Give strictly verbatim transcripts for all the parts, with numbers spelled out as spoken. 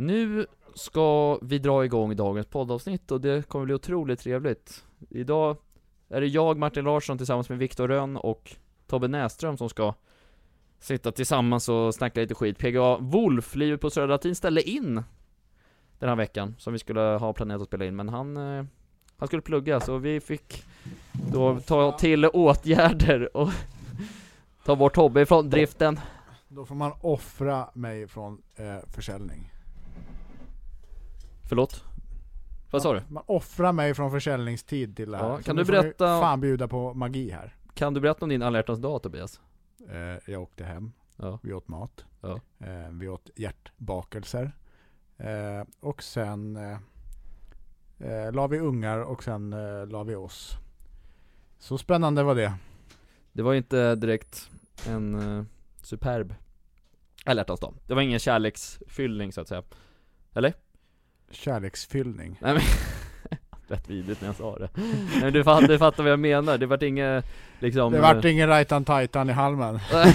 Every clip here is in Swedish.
Nu ska vi dra igång dagens poddavsnitt och det kommer bli otroligt trevligt. Idag är det jag, Martin Larsson, tillsammans med Viktor Rönn och Tobbe Näström som ska sitta tillsammans och snacka lite skit. P G A Wolf, livet på Södra Latin, ställde in den här veckan som vi skulle ha planerat att spela in, men han, eh, han skulle plugga, så vi fick då ta till åtgärder och ta bort Tobbe från driften. Då får man offra mig från eh, försäljning. Förlåt? Vad sa du? Man offrar mig från försäljningstid till det här. Ja, så kan du får ni berätta- fan bjuda på magi här. Kan du berätta om din alla hjärtans dag, Tobias? Eh, jag åkte hem. Ja. Vi åt mat. Ja. Eh, vi åt hjärtbakelser. Eh, och sen eh, eh, la vi ungar och sen eh, la vi oss. Så spännande var det. Det var inte direkt en uh, superb alla hjärtans dag. Det var ingen kärleksfyllning så att säga. Eller? Kärleksfyllning. Nej men rätt vidrigt när jag sa det. Nej, men du fattar, du fattar vad jag menar. Det vart inget liksom. Det vart ingen rajtan tajtan i halmen.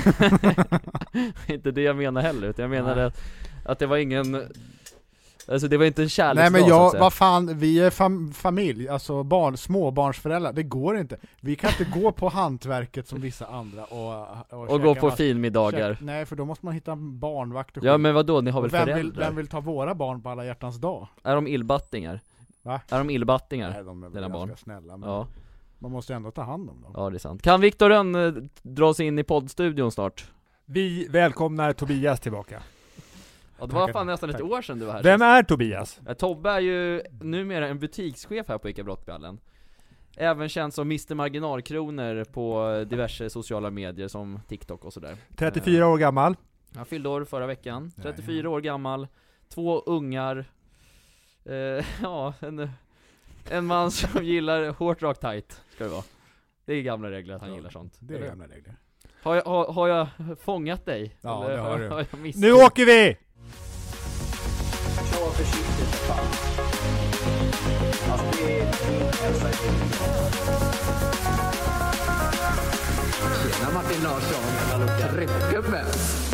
Inte det jag menar heller, utan jag menade att, att det var ingen. Alltså det var inte en kärleksdag. Nej men så att jag, säga. vad fan, vi är fam- familj, alltså barn, småbarnsföräldrar, det går inte. Vi kan inte gå på hantverket som vissa andra och Och, och gå käka på massa- finmiddagar. käka- Nej, för då måste man hitta en barnvakt och Ja skit. men vadå, ni har väl Och vem föräldrar? vill, vem vill ta våra barn på alla hjärtans dag? Är de illbattingar? Va? Är de illbattingar? Nej, de är väl dina ganska barn. snälla, men Ja. man måste ändå ta hand om dem. Ja, det är sant. Kan Viktor Rönn eh, dra sig in i poddstudion snart? Vi välkomnar Tobias tillbaka. Ja, det var Tackar. fan nästan ett Tack. år sedan du var här. Vem är Tobias? Ja, Tobbe är ju numera en butikschef här på ICA Brottbjallen. Även känd som mister Marginalkronor på diverse sociala medier som TikTok och sådär. trettiofyra år gammal. Han fyllde år förra veckan. trettiofyra år gammal. Två ungar. Eh, ja, en, en man som gillar hårt, rakt, tight ska det vara. Det är gamla regler att han gillar sånt. Det är Eller? gamla regler. Har jag, har, har jag fångat dig? Ja, Eller det har du. jag missat? Nu åker vi! Kör försiktigt för fan. Alltså det är min hälsa i Tjena Martin Larsson, tryckgubben.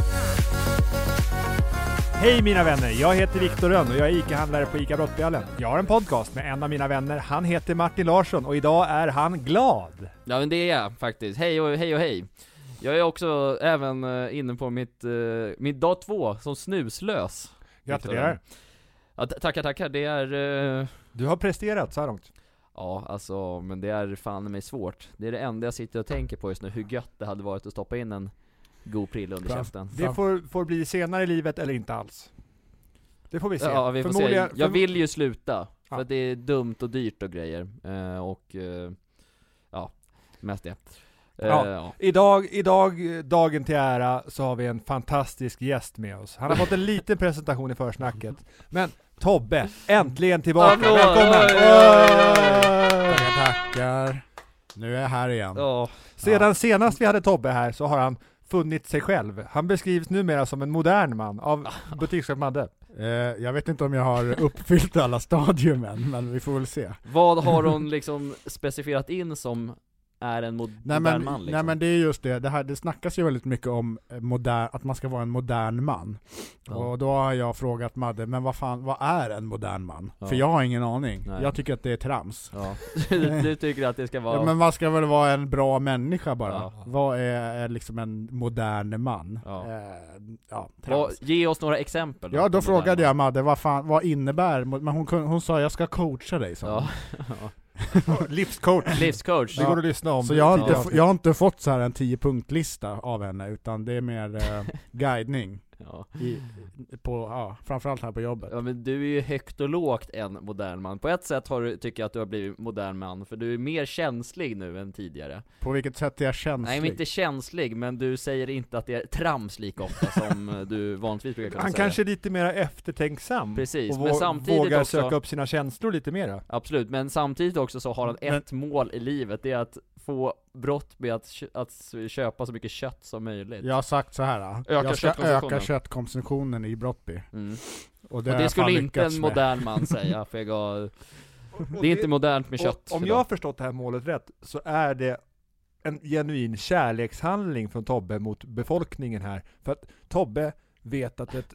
Hej mina vänner, jag heter Viktor Rönn och jag är ICA-handlare på ICA Brottbjallen. Jag har en podcast med en av mina vänner, han heter Martin Larsson och idag är han glad. Ja men det är jag faktiskt. Hej och hej och hej. Jag är också även uh, inne på mitt, uh, mitt dag två som snuslös. Gratulerar. Ja, t- tackar, tackar. Det är... Uh, Du har presterat så här långt. ja, alltså, men det är fan mig svårt. Det är det enda jag sitter och tänker på just nu. Hur gött det hade varit att stoppa in en god prille under Fram- käften. Det får, får bli senare i livet eller inte alls. Det får vi se. Ja, vi får se. Förmodligen- Jag förmo- vill ju sluta. För Ja. att det är dumt och dyrt och grejer. Uh, och... Uh, ja, mest det. Uh, Ja. ja. Idag, idag, dagen till ära, så har vi en fantastisk gäst med oss. Han har fått en liten presentation i försnacket. Men Tobbe, äntligen tillbaka. Hallå, Välkommen! oj, oj, oj, oj. Tackar, tackar. Nu är jag här igen. Ja. Sedan senast vi hade Tobbe här så har han funnit sig själv. Han beskrivs numera som en modern man av butikschef Madde. Eh, jag vet inte om jag har uppfyllt alla stadium än, men vi får väl se. Vad har hon liksom specifierat in som är en mod- Nej modern men, man liksom? nej men det är just det, det, här, det snackas ju väldigt mycket om eh, modern, att man ska vara en modern man. Ja. Och då har jag frågat Madde, men vad fan, vad är en modern man? Ja. För jag har ingen aning. Nej. Jag tycker att det är trams. Ja. du, du tycker att det ska vara... Ja, men man ska väl vara en bra människa bara. Ja. Vad är, är liksom en modern man? Ja. Eh, ja, Vad, trams. ge oss några exempel. Ja, då på frågade modern jag Madde, vad fan, vad innebär, men hon, kun- hon sa, jag ska coacha dig, sa man. hon. Ja. Livscoach. Livscoach. Det går att lyssna om. Så jag har, inte, Ja. f- jag har inte fått så här en tio-punktlista av henne, utan det är mer eh, guidning Ja. i, på, ja, framförallt här på jobbet. Ja, men du är ju högt och lågt en modern man. På ett sätt har du, tycker jag att du har blivit modern man, för du är mer känslig nu än tidigare. På vilket sätt är jag känslig? Nej, men inte känslig, men du säger inte att det är trams lika ofta som du vanligtvis brukar kunna Han säga. kanske är lite mer eftertänksam. Precis, och men vå- samtidigt vågar också- söka upp sina känslor lite mera. Absolut, men samtidigt också så har han Men- ett mål i livet. Det är att få brott med att, kö- att köpa så mycket kött som möjligt. Jag har sagt så här. Öka Jag ska köttkonsumtionen. öka köttkonsumtionen i Brottby. Mm. Och Och det, har det jag skulle fan inte lyckats en med. modern man säga, för jag gav... Det är inte modernt med kött. Och om för jag dem. har förstått det här målet rätt så är det en genuin kärlekshandling från Tobbe mot befolkningen här. För att Tobbe vet att ett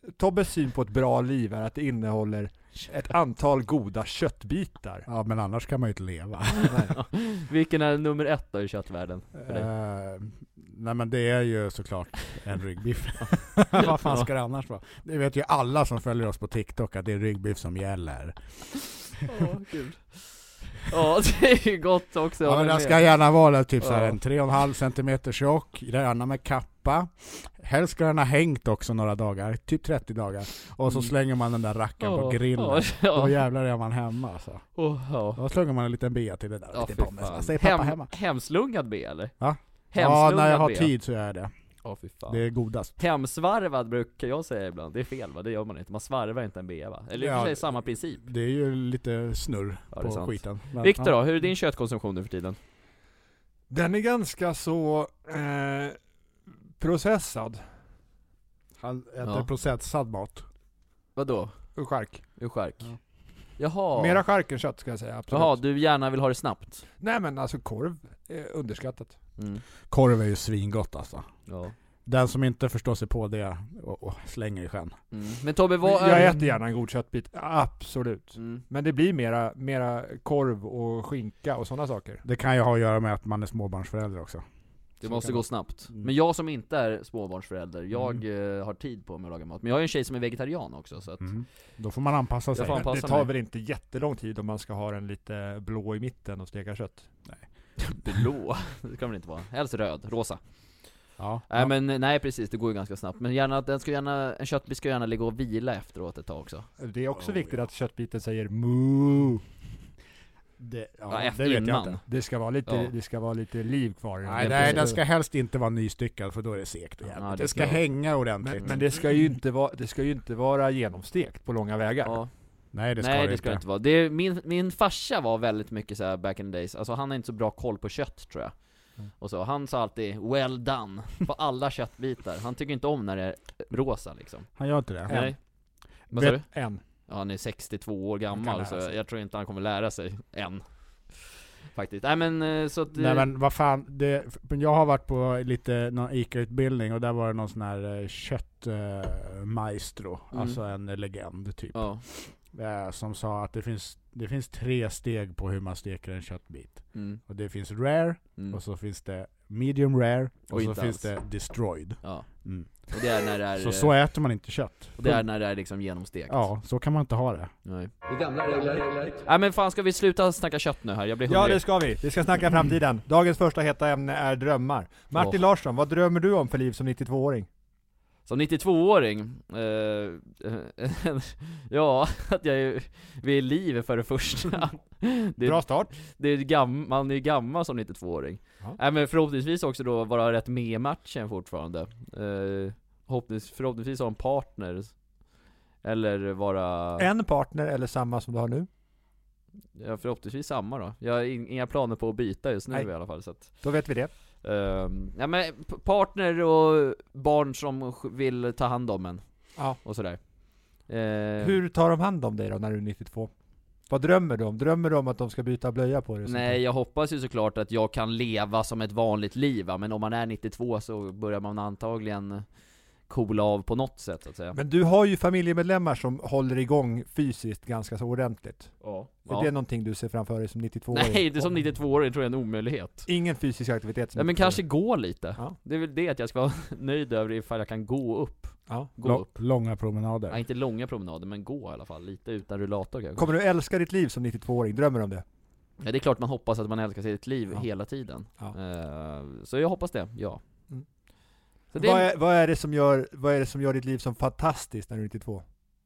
Tobbes syn på ett bra liv är att det innehåller ett antal goda köttbitar. Ja, men annars kan man ju inte leva. Vilken är nummer ett då i köttvärlden? för dig? Uh, nej men det är ju såklart en ryggbiff. Vad fan ska det annars vara? Det vet ju alla som följer oss på TikTok att det är ryggbiff som gäller. Åh, gud. Ja, det är ju gott också. Ja, men den ska gärna vara typ så här en tre och en halv centimeter tjock, gärna med kappa. Helst ska den ha hängt också några dagar, typ trettio dagar. Och så Mm. slänger man den där rackaren Ja, på grillen. ja, ja. Då jävlar är man hemma alltså. Oh, ja. Då slänger man en liten bea till det där. Ja, lite fy pommes. fan. Säg pappa Hem, hemma. Hemslungad B eller? Va? Ja, Hemslungad när jag har B. tid så är det. Ja, fy fan. Det är godast. Hemsvarvad brukar jag säga ibland. Det är fel va? Det gör man inte. Man svarvar inte en B va? Eller i och Ja, för sig samma princip. Det är ju lite snurr Ja, det är på sant. skiten. Men, Viktor ja. då, hur är din köttkonsumtion nu för tiden? Den är ganska så eh, processad. Han äter Ja. processad mat. Vadå? Och chark. Ur chark? Ja. Jaha. Mera chark än kött ska jag säga, absolut. Jaha, du gärna vill ha det snabbt? Nej men alltså korv är underskattat. Mm. Korv är ju svingott alltså. Ja. Den som inte förstår sig på det och, och slänger i sjön. Mm. Men Tobbe, vad Jag är... äter gärna en god köttbit, absolut. Mm. Men det blir mera, mera korv och skinka och sådana saker. Det kan ju ha att göra med att man är småbarnsförälder också. Det Så måste kan gå man- snabbt. Mm. Men jag som inte är småbarnsförälder, jag Mm. eh, har tid på mig att laga mat. Men jag är en tjej som är vegetarian också, så att... Mm. Då får man anpassa sig. Jag får Men anpassa det tar mig. väl inte jättelång tid om man ska ha den lite blå i mitten och steka kött. Blå, det kan väl inte vara. Helst röd, rosa. Ja. Nej men nej precis, det går ju ganska snabbt. Men gärna, den ska gärna, en köttbit ska gärna ligga och vila efteråt ett tag också. Det är också Oh, viktigt ja. att köttbiten säger moo. Det, ja, Ja, efter det vet innan. jag inte. Det ska vara lite, Ja. det ska vara lite liv kvar i den. Nej, Ja, nej, precis. den ska helst inte vara nystyckad för då är det segt och Ja, jävligt. det det ska ska- hänga ordentligt. Men, men det ska ju inte vara, det ska ju inte vara genomstekt på långa vägar. Ja. Nej, det ska Nej det det inte. ska det inte vara. Det är, min, min farsa var väldigt mycket så här back in the days. Alltså han har inte så bra koll på kött tror jag. Mm. Och så, han sa alltid 'well done' på alla köttbitar. Han tycker inte om när det är rosa liksom. Han gör inte det. Nej. Vad sa Vet- du? En. Ja, han är sextiotvå år Han kan gammal lära så sig. jag tror inte han kommer lära sig än. Faktiskt. Nej men eh, så att... Nej men vad fan, det, jag har varit på lite någon ICA-utbildning och där var det någon sån här eh, köttmaestro, Mm. alltså en legend typ. Ja. Eh, som sa att det finns, det finns tre steg på hur man steker en köttbit. Mm. Och det finns rare, Mm. och så finns det medium rare, och, Och så inte finns alls. det destroyed. Ja. Mm. Och det är när det är... Så så äter man inte kött. och det är när det är liksom genomstekt. Ja, så kan man inte ha det. Nej. Det är gamla regler. Nej men fan, ska vi sluta snacka kött nu här? Jag blir Ja hungrig. det ska vi, vi ska snacka framtiden. Dagens första heta ämne är drömmar. Martin Åh. Larsson, vad drömmer du om för liv som nittiotvååring? Som nittiotvååring, eh, ja, att jag är vid liv för det första. Det, Bra start. det är gam, man är ju gammal som nittiotvååring. Ja. Nej men förhoppningsvis också då vara rätt med i matchen fortfarande. Eh, förhoppnings, förhoppningsvis ha en partner. Eller vara... En partner eller samma som du har nu? Ja, förhoppningsvis samma då. Jag har in, inga planer på att byta just nu Nej. i alla fall så att, Då vet vi det. ehm, ja men p- partner och barn som sk- vill ta hand om en. Ja. Och sådär. Eh, Hur tar de hand om dig då när du är nittiotvå? Vad drömmer du om? Drömmer du om att de ska byta blöja på dig? och sånt Nej, där? jag hoppas ju såklart att jag kan leva som ett vanligt liv va? Men om man är nittiotvå så börjar man antagligen coola av på något sätt så att säga. Men du har ju familjemedlemmar som håller igång fysiskt ganska så ordentligt. Ja. Är det någonting du ser framför dig som nittiotvååring? Nej, det är som nittiotvååring tror jag är en omöjlighet. Ingen fysisk aktivitet som Ja, men nittiotvååring. kanske gå lite. Ja. Det är väl det att jag ska vara nöjd över ifall jag kan gå upp. Ja. Gå Lå- upp. långa promenader. Ja, inte långa promenader, men gå i alla fall. Lite utan rullator kanske. Kommer du älska ditt liv som nittiotvååring? Drömmer du om det? Ja, det är klart man hoppas att man älskar sitt liv Ja. hela tiden. Ja. Eh, så jag hoppas det, ja. Mm. Så det Vad, är, vad, är det som gör, vad är det som gör ditt liv som fantastiskt när du är nittiotvå?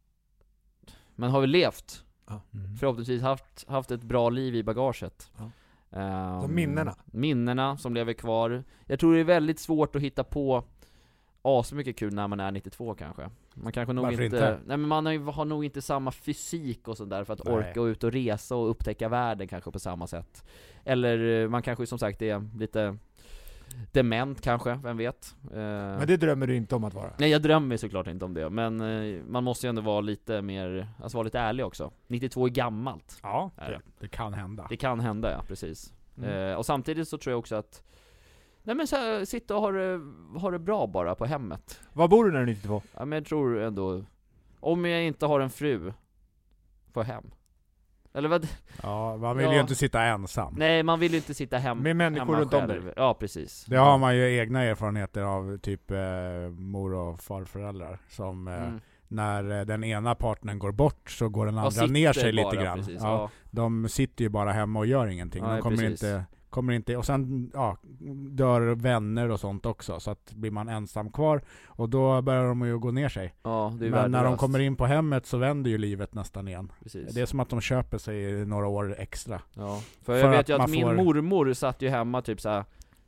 Man har väl levt. Mm. Förhoppningsvis haft, haft ett bra liv i bagaget. Ja. Ehm, De minnena. Minnena som lever kvar. Jag tror det är väldigt svårt att hitta på asmycket kul när man är nittiotvå kanske. Man kanske nog Varför inte, inte? Nej men man har, ju- har nog inte samma fysik och sånt där för att Nej. orka ut och resa och upptäcka världen kanske på samma sätt. Eller eh, man kanske som sagt är lite dement kanske, vem vet. Eh, Men det drömmer du inte om att vara? Nej, jag drömmer såklart inte om det, men eh, man måste ju ändå vara lite mer, alltså vara lite ärlig också. nittiotvå är gammalt. Ja. Är det. Det kan hända. Det kan hända, ja, precis. Mm. Eh, och samtidigt så tror jag också att Nej men så här, sitta och ha det, ha det bra bara på hemmet. Var bor du när du är nittiotvå? Ja men jag tror ändå, om jag inte har en fru, få hem. Eller vad? Ja, man vill Ja. ju inte sitta ensam. Nej, man vill ju inte sitta hem, Med människor hemma runt om själv. dig. Ja, precis. Det har man ju egna erfarenheter av, typ eh, mor- och farföräldrar. Som eh, Mm. när eh, den ena partnern går bort så går den Ja, andra sitter ner sig bara, lite grann. Precis, Ja, ja. de sitter ju bara hemma och gör ingenting. Nej, de kommer precis. inte, kommer inte, och sen ja, dör vänner och sånt också. Så att blir man ensam kvar och då börjar de ju gå ner sig. Ja, det är Men när de värdelöst. kommer in på hemmet så vänder ju livet nästan igen. Precis. Det är som att de köper sig några år extra. Ja, för jag För vet att ju att man min får- mormor satt ju hemma typ såhär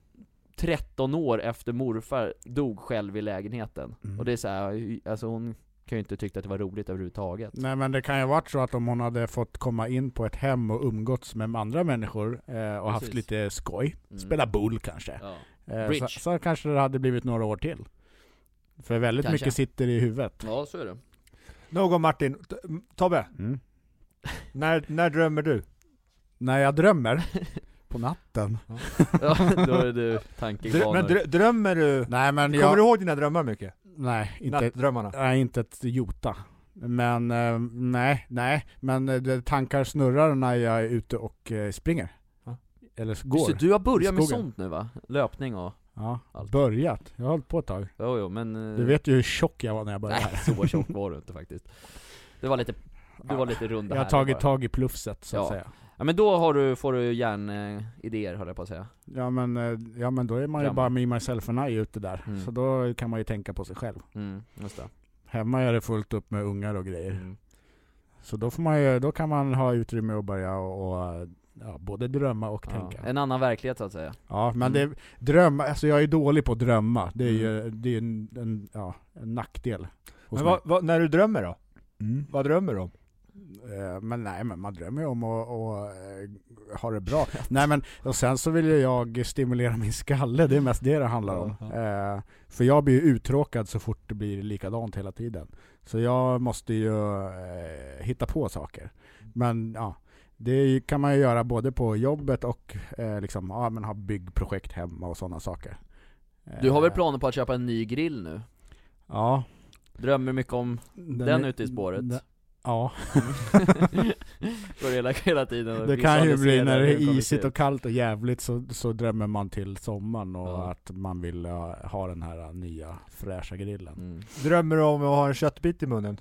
tretton år efter morfar dog själv i lägenheten. Mm. Och det är såhär, alltså hon kan ju inte tycka att det var roligt överhuvudtaget. Nej, men det kan ju ha varit så att om hon hade fått komma in på ett hem och umgåtts med andra människor eh, och haft Precis. lite skoj, Mm. spela bull kanske, Ja. eh, så, Bridge. så kanske det hade blivit några år till. För väldigt Kanske. mycket sitter i huvudet. Ja, så är det. Någon Martin, T- Tobbe, Mm. när, när drömmer du? När jag drömmer på natten. Ja, då är du Drö, tankebanor. men drö, drömmer du? Nej, men Kommer jag, du ihåg dina drömmar mycket? nej, inte, Nattdrömmarna? nej, inte ett jota. Men eh, nej, nej, men eh, det, tankar snurrar när jag är ute och eh, springer. Ja. Eller går. Just det, du har börjat i med skogen. sånt nu va? Löpning och Ja, Allt. börjat. Jag har hållit på ett tag. Jo, jo, men eh, Du vet ju hur tjock jag var när jag började nej, här. så tjock var du inte faktiskt. Det var lite, du var lite rund Jag har här tagit bara. tag i plufset så att Ja. säga. Ja men då har du, får du järnidéer höll jag på att säga. Ja men, eh, ja men då är man ju Drömmar. bara me, myself and I ute där. Mm. Så då kan man ju tänka på sig själv. Mm, just det. Hemma är det fullt upp med ungar och grejer. Mm. Så då får man ju, då kan man ha utrymme att börja och, och ja, både drömma och Ja, tänka. en annan verklighet så att säga. Ja, men Mm. det, drömma, alltså jag är dålig på att drömma. Det är ju Mm. det är en, en, ja, en nackdel hos Men mig. vad, vad, när du drömmer då? Mm. Vad drömmer du om? Eh, Men nej, men man drömmer ju om att, att eh, ha det bra. Nej men, och sen så vill ju jag stimulera min skalle, det är mest det det handlar om. Ja, Eh, för jag blir ju uttråkad så fort det blir likadant hela tiden. Så jag måste ju eh, hitta på saker. Men ja, det kan man ju göra både på jobbet och eh, liksom, ja, men ha byggprojekt hemma och sådana saker. Du har väl Eh, planer på att köpa en ny grill nu? Ja. Drömmer mycket om Den, den är- ute i spåret? den- Ja. Går hela, hela tiden och Det kan ju bli visualiserar när det hur kommer är se isigt ut. och kallt och jävligt så, så drömmer man till sommaren och Ja. att man vill uh, ha den här uh, nya fräscha grillen. Mm. Drömmer du om att ha en köttbit i munnen?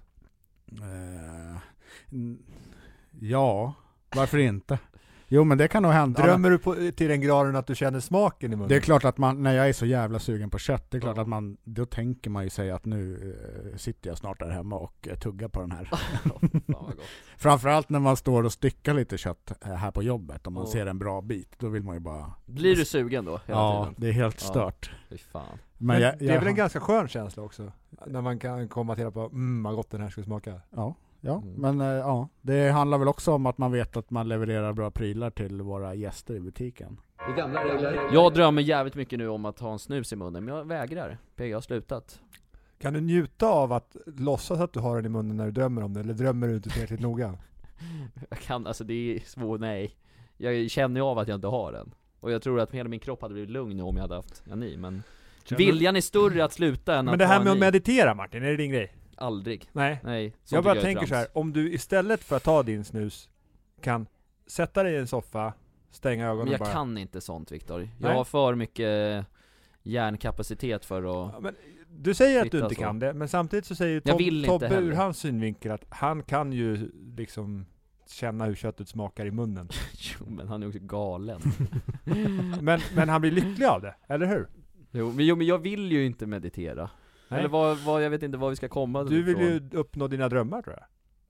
Eh, n- ja, varför inte? Jo men det kan nog hända. Drömmer du på, till den graden att du känner smaken i munnen? Det är klart att man, när jag är så jävla sugen på kött, det är klart Ja. att man, då tänker man ju sig att nu eh, sitter jag snart där hemma och eh, tuggar på den här. Fan vad gott. Framförallt när man står och styckar lite kött eh, här på jobbet, om man Ja. ser en bra bit, då vill man ju bara... Blir du sugen då hela Ja, tiden? det är helt Ja. stört. Fy fan. Men, Men jag, det är väl en jag, ganska skön känsla också? När man kan komma till att bara, mm vad gott den här skulle smaka. ja, ja. Mm. men eh, ja, det handlar väl också om att man vet att man levererar bra prylar till våra gäster i butiken. Det är gamla regler. Jag drömmer jävligt mycket nu om att ha en snus i munnen, men jag vägrar. P G har slutat. Kan du njuta av att låtsas att du har den i munnen när du drömmer om det? Eller drömmer du inte tillräckligt noga? Jag kan, alltså det är svårt, nej. Jag känner ju av att jag inte har den. Och jag tror att hela min kropp hade blivit lugn nu om jag hade haft en i, men viljan är större att sluta än Men att det ha här en med att i. meditera Martin, är det din grej? Aldrig. Nej. Nej. sånt Jag bara tycker är tänker så här, trams. om du istället för att ta din snus kan sätta dig i en soffa, stänga ögonen Men jag bara. kan inte sånt, Viktor. Jag Nej. har för mycket hjärnkapacitet för att... Ja, men du säger att du Sitta inte så. kan det, men samtidigt så säger ju Jag Tob- vill inte Tobbe ur heller. hans synvinkel att han kan ju liksom känna hur köttet smakar i munnen. Jo, men han är också galen. Men, men han blir lycklig av det, eller hur? Jo, men, jo, men jag vill ju inte meditera. Nej. Eller vad, vad, jag vet inte vad vi ska komma Du vill ifrån. ju uppnå dina drömmar tror jag.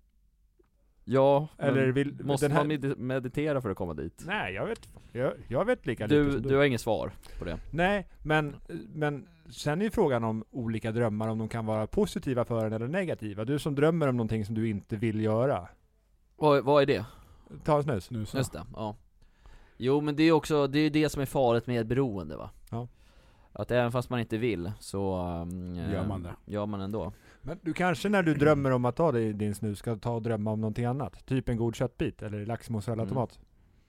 Ja, Eller men vill, måste den här... man med- meditera för att komma dit? Nej, jag vet jag, jag vet lika lite Du, som du har inget svar på det. Nej, men, men sen är ju frågan om olika drömmar, om de kan vara positiva för en eller negativa. Du som drömmer om någonting som du inte vill göra. Vad, vad är det? Ta en snus. Nu så. Just det, ja. Jo, men det är också, det är det som är farligt med ett beroende, va? Ja. Att även fast man inte vill, så um, Gör man det. Gör man ändå. Men du kanske när du drömmer om att ta dig din snus ska ta och drömma om någonting annat. Typ en god köttbit eller laxmos eller Mm. tomat.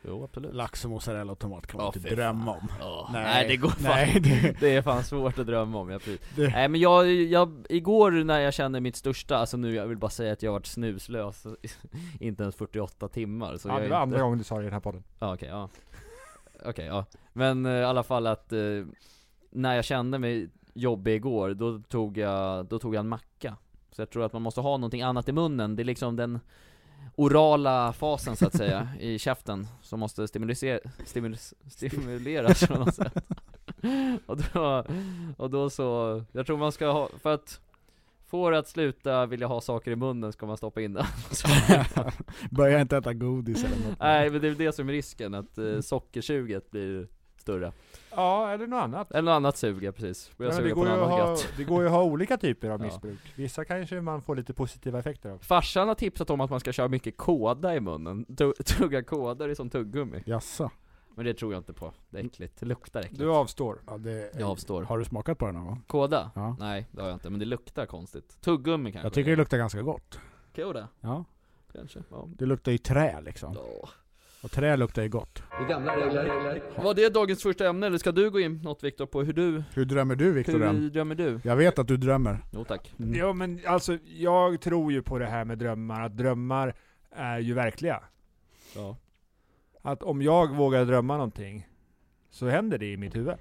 Jo, absolut. Lax och mozzarella och tomat kan man Ja, inte fy drömma om. Ja. Nej, nej, det går fan. Nej, det, Det är fan svårt att drömma om. Jag, det. Nej, men jag, jag, igår när jag kände mitt största, alltså nu, jag vill bara säga att jag har varit snuslös inte ens fyrtioåtta timmar. Så Ja, jag det är var inte... andra gången du sa det i den här podden. Ja, okej, ja. Okej, ja. Men eh, i alla fall att eh, när jag kände mig jobbig igår, då tog jag, då tog jag en macka. Så jag tror att man måste ha någonting annat i munnen. Det är liksom den orala fasen så att säga i käften som måste stimulisera, stimulis, stimuleras på något sätt. Och då, och då så, jag tror man ska ha, för att få det att sluta vilja ha saker i munnen ska man stoppa in det. Börja inte äta godis eller något. Nej, men det är det som är risken, att eh, sockersuget blir större. Ja, eller något annat. Eller något annat suger, precis. Börja Men det, suga på går ju något att annat ha, gött. det går ju att ha olika typer av Ja. missbruk. Vissa kanske man får lite positiva effekter av. Farsan har tipsat om att man ska köra mycket kåda i munnen. Tu- Tugga kåda är som tuggummi. Jaså? Men det tror jag inte på. Det är äckligt. Det luktar äckligt. Du avstår. Ja, det, Jag avstår. Har du smakat på det någon gång? Kåda? Ja. Nej, det har jag inte. Men det luktar konstigt. Tuggummi kanske. Jag tycker det luktar ganska gott. Kåda? Ja. Kanske. Ja. Det luktar ju trä liksom. Åh. Och trä luktar ju gott. Det är gamla regler. Var det dagens första ämne, eller ska du gå in något, Viktor, på hur du, Hur drömmer du, Viktor? hur Rönn? drömmer du? Jag vet att du drömmer. Jo tack. Mm. Ja, men alltså jag tror ju på det här med drömmar, att drömmar är ju verkliga. Ja. Att om jag vågar drömma någonting så händer det i mitt huvud.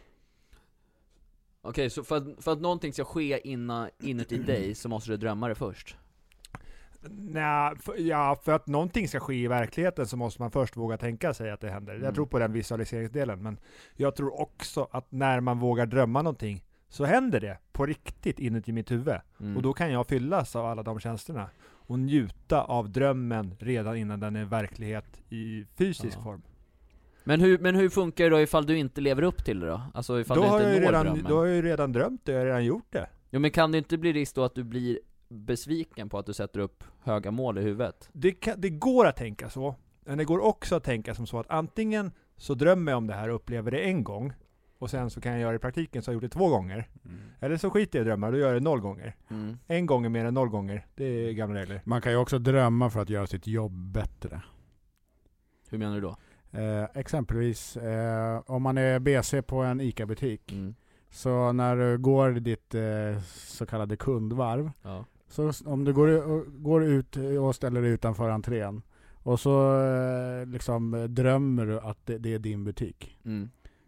Okej, så för att, för att någonting ska ske inna, inuti dig så måste du drömma det först. Nej, för, ja, för att någonting ska ske i verkligheten så måste man först våga tänka sig att det händer. Mm. Jag tror på den visualiseringsdelen, men jag tror också att när man vågar drömma någonting så händer det på riktigt inuti mitt huvud. Mm. Och då kan jag fyllas av alla de känslorna och njuta av drömmen redan innan den är verklighet i fysisk Ja. form. Men hur, men hur funkar det då ifall du inte lever upp till det då? Alltså ifall Då du har, inte jag ju når redan, drömmen? då har jag ju redan drömt det, jag har redan gjort det. Jo, men kan det inte bli risk då att du blir besviken på att du sätter upp höga mål i huvudet? Det, kan, det går att tänka så, men det går också att tänka som så att antingen så drömmer jag om det här och upplever det en gång och sen så kan jag göra det i praktiken så har jag gjort det två gånger. Mm. Eller så skiter jag i drömmar, då gör jag det noll gånger. Mm. En gång är mer än noll gånger, det är gamla regler. Man kan ju också drömma för att göra sitt jobb bättre. Hur menar du då? Eh, exempelvis eh, om man är B C på en ICA-butik. Mm. Så när du går ditt eh, så kallade kundvarv, Ja. så s- om du går, u- går ut och ställer dig utanför entrén och så eh, liksom eh, drömmer du att det, det är din butik. Mm.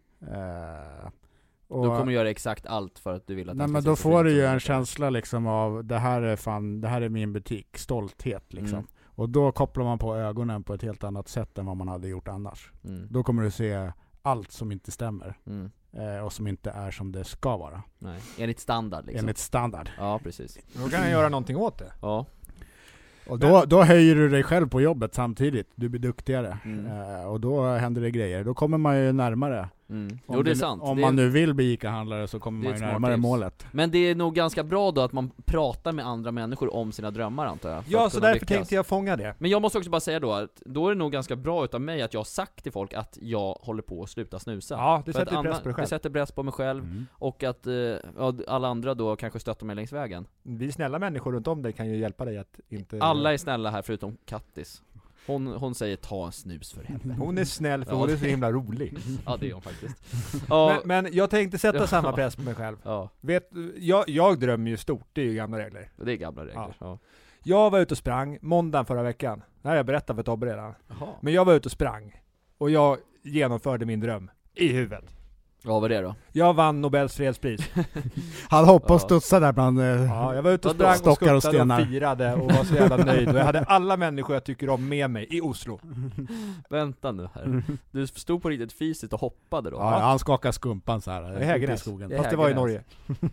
Eh, och, Då kommer du göra exakt allt för att du vill att nej, den men ska då se så får fint du ju som en möjligt. känsla liksom av det här är fan, det här är min butik, stolthet liksom. Mm. Och då kopplar man på ögonen på ett helt annat sätt än vad man hade gjort annars. Mm. Då kommer du se allt som inte stämmer Mm. eh, och som inte är som det ska vara. Nej, enligt standard liksom. Enligt standard. Ja, precis. Då kan jag göra någonting åt det. Ja. Och då, då höjer du dig själv på jobbet samtidigt. Du blir duktigare. Mm. Eh, och då händer det grejer. Då kommer man ju närmare. Mm. Om Jo, det är du- sant. Om det man är... nu vill bli ICA-handlare så kommer Det är man ett ju smart närmare tips. målet. Men det är nog ganska bra då att man pratar med andra människor om sina drömmar, antar jag. för Ja, att så kunna därför lyckas. tänkte jag fånga det. Men jag måste också bara säga då att då är det nog ganska bra utav mig att jag har sagt till folk att jag håller på att sluta snusa. Ja, det För att sätter press anna- på dig Det själv. sätter press på mig själv, Mm. och att eh, ja, alla andra då kanske stöttar mig längs vägen. Vi snälla människor runt om dig kan ju hjälpa dig att inte... Alla är snälla här förutom Kattis. Hon, hon säger ta en snus för helvete. Hon är snäll för Ja, hon är så det- himla rolig. Ja, det är hon faktiskt. Ja, Men, men jag tänkte sätta Ja. samma press på mig själv. ja, Vet, jag, jag drömmer ju stort, det är ju gamla regler. det är gamla regler. Ja. Jag var ute och sprang måndagen förra veckan. Det här har jag berättat för Tobbe redan. Jaha. Men jag var ute och sprang. Och jag genomförde min dröm. I huvudet. Ja, vad var det då? Jag vann Nobels fredspris. Han hoppade och Ja. studsade där bland... Eh, Ja, jag var ute och Vadå? sprang och Stockar och skuttade och, stenar. firade och var så jävla nöjd. Och jag hade alla människor jag tycker om med mig i Oslo. Vänta nu här. Du stod på riktigt fysiskt och hoppade då? ja, han skakade skumpan så här. I ute i Hägernäs. skogen. Det- Fast det var i Hägernäs. Norge.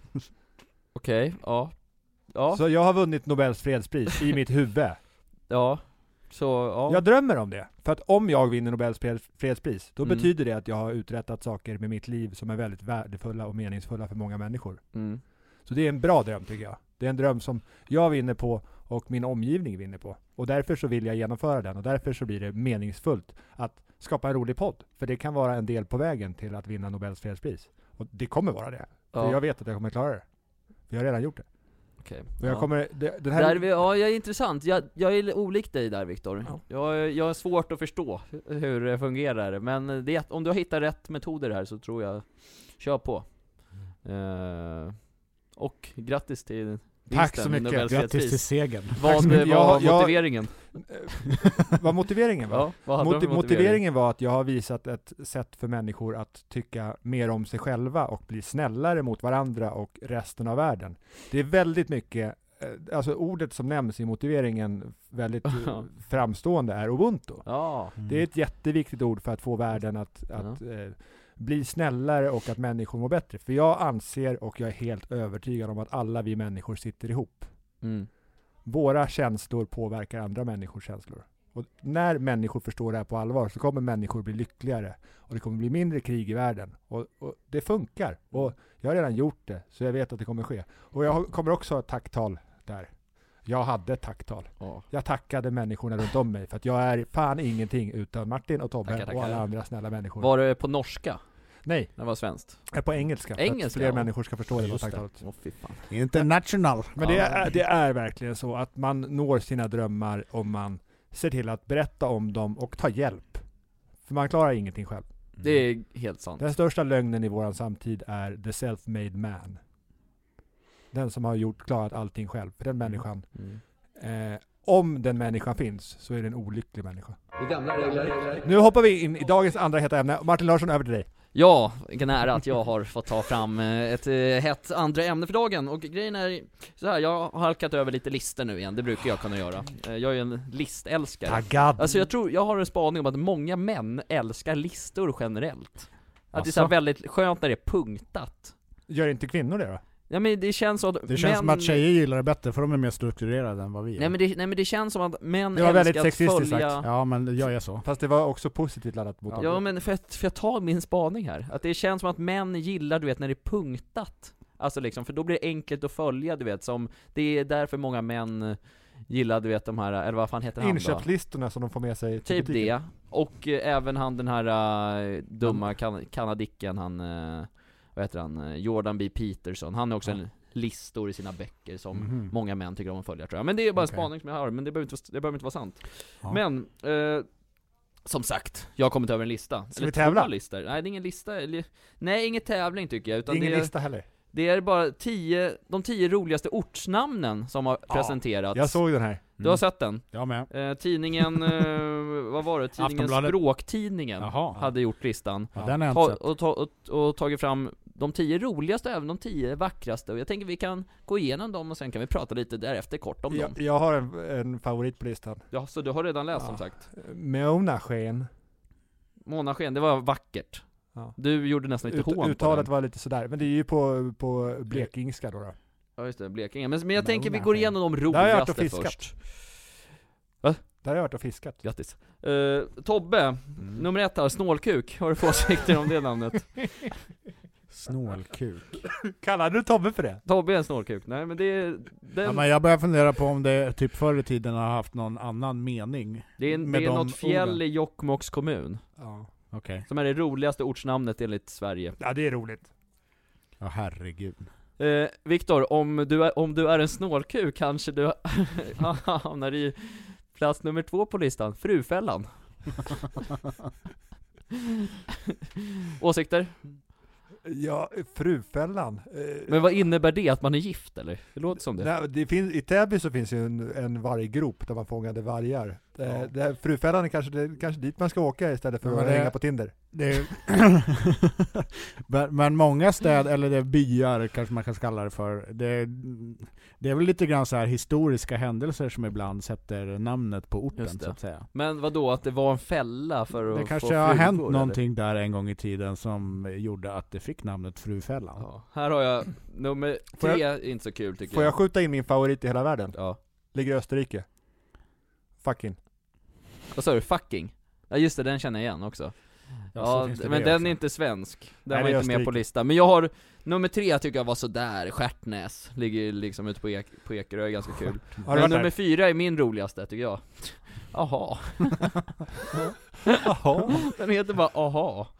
Okej, ja. Ja, Så jag har vunnit Nobels fredspris i mitt huvud. ja. Så, ja. Jag drömmer om det. För att om jag vinner Nobels freds- fredspris, då Mm. betyder det att jag har uträttat saker med mitt liv som är väldigt värdefulla och meningsfulla för många människor. Mm. Så det är en bra dröm tycker jag. Det är en dröm som jag vinner på och min omgivning vinner på. Och därför så vill jag genomföra den och därför så blir det meningsfullt att skapa en rolig podd. För det kan vara en del på vägen till att vinna Nobels fredspris. Och det kommer vara det. För Ja. jag vet att jag kommer klara det. För jag har redan gjort det. Okej. Och jag Ja. kommer, det, den här... Där är vi, ja, jag är intressant. Jag, jag är olik dig där, Viktor. Ja. Jag, jag har svårt att förstå hur det fungerar. Men det, om du har hittat rätt metoder här så tror jag, kör på. Mm. Eh, och grattis till Tack vinsten så i mycket. Grattis till Nobelfredspris. segern. Vad så mycket. var Jag- jag- motiveringen? Vad motiveringen var? Ja, vad hade de Moti- för motivering? motiveringen var att jag har visat ett sätt för människor att tycka mer om sig själva och bli snällare mot varandra och resten av världen. Det är väldigt mycket, eh, alltså ordet som nämns i motiveringen väldigt eh, framstående är Ubuntu. Ja, Mm. Det är ett jätteviktigt ord för att få världen att, att eh, bli snällare och att människor mår bättre. För jag anser och jag är helt övertygad om att alla vi människor sitter ihop. mm. Våra känslor påverkar andra människors känslor. Och när människor förstår det här på allvar så kommer människor bli lyckligare. Och det kommer bli mindre krig i världen. Och, och det funkar. Och jag har redan gjort det, så jag vet att det kommer ske. Och jag har- kommer också ha ett tacktal där. Jag hade ett tacktal. Ja. Jag tackade människorna runt om mig för att jag är fan ingenting utan Martin och Tobbe Tackar, tackar. och alla andra snälla människor. Var det på norska? Nej, Det var svenskt. jag är på engelska. För att Engelska, fler ja. människor ska förstå det. Just Var det. tacktalet. Åh, fy fan. International. Men det Ja. är, det är verkligen så att man når sina drömmar om man ser till att berätta om dem och ta hjälp. För man klarar ingenting själv. Det är helt sant. Den största lögnen i våran samtid är the self-made man. Den som har gjort, klarat allting själv. För den människan, Mm. eh, om den människan finns, så är det en olycklig människa. Det är gamla regler. Nu hoppar vi in i dagens andra heta ämne. Martin Larsson, över till dig. Ja, vilken ära att jag har fått ta fram eh, ett eh, hett andra ämne för dagen. Och grejen är så här, jag har halkat över lite listor nu igen, det brukar jag kunna göra. Eh, Jag är en listälskare. Taggad. Alltså jag tror, jag har en spaning om att många män älskar listor generellt. Att det är så här Asså? väldigt skönt när det är punktat. Gör inte kvinnor det då? Ja men det känns så att Det känns män... som att tjejer gillar det bättre för de är mer strukturerade än vad vi är. Nej men, det, nej men det känns som att män Det var väldigt älskar att sexistiskt följa... sagt. Ja, men jag är så. Fast det var också positivt laddat mot Ja dem. men för att, för att ta min spaning här, att det känns som att män gillar, du vet, när det är punktat. Alltså liksom, för då blir det enkelt att följa, du vet, som, det är därför många män gillar, du vet, de här, eller vad fan heter han då? Inköpslistorna som de får med sig till Typ butiken. det, och eh, även han den här uh, dumma kan- kanadicken, han, uh, vad heter han, uh, Jordan B. Peterson, han är också Ja. en listor i sina böcker som Mhm. många män tycker om att följa, tror jag. Men det är bara en Okej. spaning som jag har, men det behöver inte, vara- det behöver inte vara sant. Ja. Men, eh, som sagt, jag har kommit över en lista. Ska vi tävla? två listor. Nej, det är ingen lista, eller, nej, ingen tävling tycker jag, utan Ingen det är, lista heller. det är bara tio, de tio roligaste ortsnamnen som har Ja, presenterats. Jag såg den här. Du har sett den? Jag med. Eh, tidningen, eh, vad var det? Tidningen Aftonbladet. Språktidningen Jaha. hade gjort listan. Ja, den har jag Ta, inte sett. och, ta, och, och tagit fram de tio roligaste, även de tio vackraste. Och jag tänker vi kan gå igenom dem och sen kan vi prata lite därefter kort om dem. Jag, jag har en, en favorit på listan. Ja, så du har redan läst Ja. som sagt. Månasken. Månasken, det var vackert. Ja. Du gjorde nästan lite Ut, hån på uttalet den. var lite sådär, men det är ju på, på blekingska då. då. Ja just det, Blekinge. Men, men jag tänker vi går Månasken. igenom de Där har jag varit och roligaste fiskat. först. Där har jag varit och fiskat. Grattis. Uh, Tobbe, Mm. nummer ett här, snålkuk. Har du för åsikter om det namnet? Snålkuk. Kallar du Tobbe för det? Tobbe är en snålkuk. Nej men det är... Den, Ja, men jag börjar fundera på om det typ förr i tiden har haft någon annan mening. det är, en, med det är de något fjäll orden. i Jokkmokks kommun. Ja. Okej. Som är det roligaste ortsnamnet enligt Sverige. Ja, det är roligt. Ja, herregud. Eh, Viktor, om du, är, om du är en snålkuk kanske du hamnar i plats nummer två på listan. Frufällan. Åsikter? Ja, Frufällan. Eh, Men vad innebär det? Att man är gift eller? Det låter som det. Nej, det finns, i Täby så finns ju en, en varggrop där man fångade vargar. Ja. Eh, det här, Frufällan är kanske, det är kanske dit man ska åka istället för Ja, att men det- hänga på Tinder. Det är men, men många städer, eller det är byar kanske man kan kalla det för, det är, det är väl lite grann så här historiska händelser som ibland sätter namnet på orten Just det. så att säga. Men vad då att det var en fälla för att Det få kanske har flugor, hänt eller? någonting där en gång i tiden som gjorde att det fick namnet Frufällan. Ja. Här har jag nummer Får tre, jag- är inte så kul tycker Får jag. jag skjuta in min favorit i hela världen? Ja. Ligger i Österrike. Fucking. Vad sa du? Fucking? Ja just det, den känner jag igen också. så Ja, finns det men det den också. är inte svensk. Den Nej, var det är inte med på Österrike. listan. Men jag har, nummer tre tycker jag var sådär, Stjärtnäs. Ligger liksom ute på, ek, på Ekerö, ganska kul. Har du Men varit nummer där? fyra är min roligaste tycker jag. Aha. Jaha. Den heter bara Aha.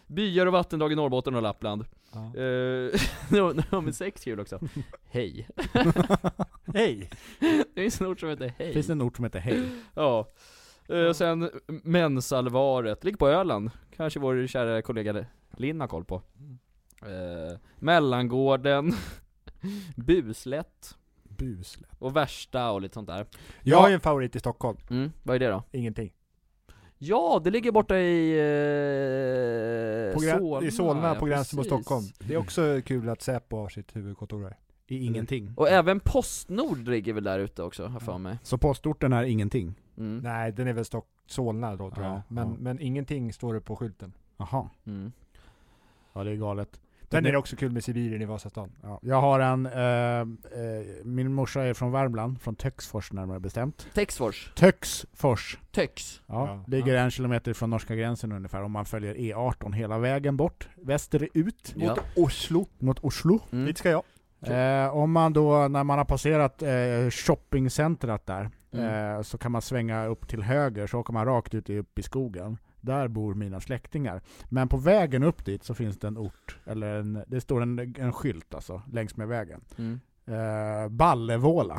Byar och vattendrag i Norrbotten och Lappland. Ja. Eh, Nummer sex kul också. Hej. Hej! Det finns en ort som heter Hej. Finns det en ort som heter Hej? Ja. Eh, sen Mensalvaret, ligger på Öland. Kanske vår kära kollega Linn har koll på. Eh, Mellangården. Buslätt. Buslätt. Och Värsta och lite sånt där. Jag har ju en favorit i Stockholm. Mm, vad är det då? Ingenting. Ja, det ligger borta i eh, På grän- Solna. I Solna, ja, på gränsen mot precis. Stockholm. Det är också kul att Säpo har sitt huvudkontor där. I ingenting. Och även Postnord ligger väl där ute också, har för mig. Så postorten är ingenting? Mm. Nej, den är väl Stock- Solna då tror Ja, jag. Men, ja. men ingenting står det på skylten. Jaha. Mm. Ja, det är galet. Den Det- är det också kul med Sibirien i Vasastan. Ja, jag har en, eh, eh, min morsa är från Värmland, från Töcksfors närmare bestämt. Texfors. Töcksfors. Töx. Ja, Ja. ligger Ja. en kilometer från norska gränsen ungefär, om man följer E arton hela vägen bort, västerut, Ja. Oslo. mot Oslo. Mm. Dit ska jag. Eh, om man då, när man har passerat eh, shoppingcentrat där, Mm. eh, så kan man svänga upp till höger, så åker man rakt ut i, upp i skogen. Där bor mina släktingar. Men på vägen upp dit så finns det en ort, eller en, det står en, en skylt alltså, längs med vägen. Mm. Eh, Ballevåla.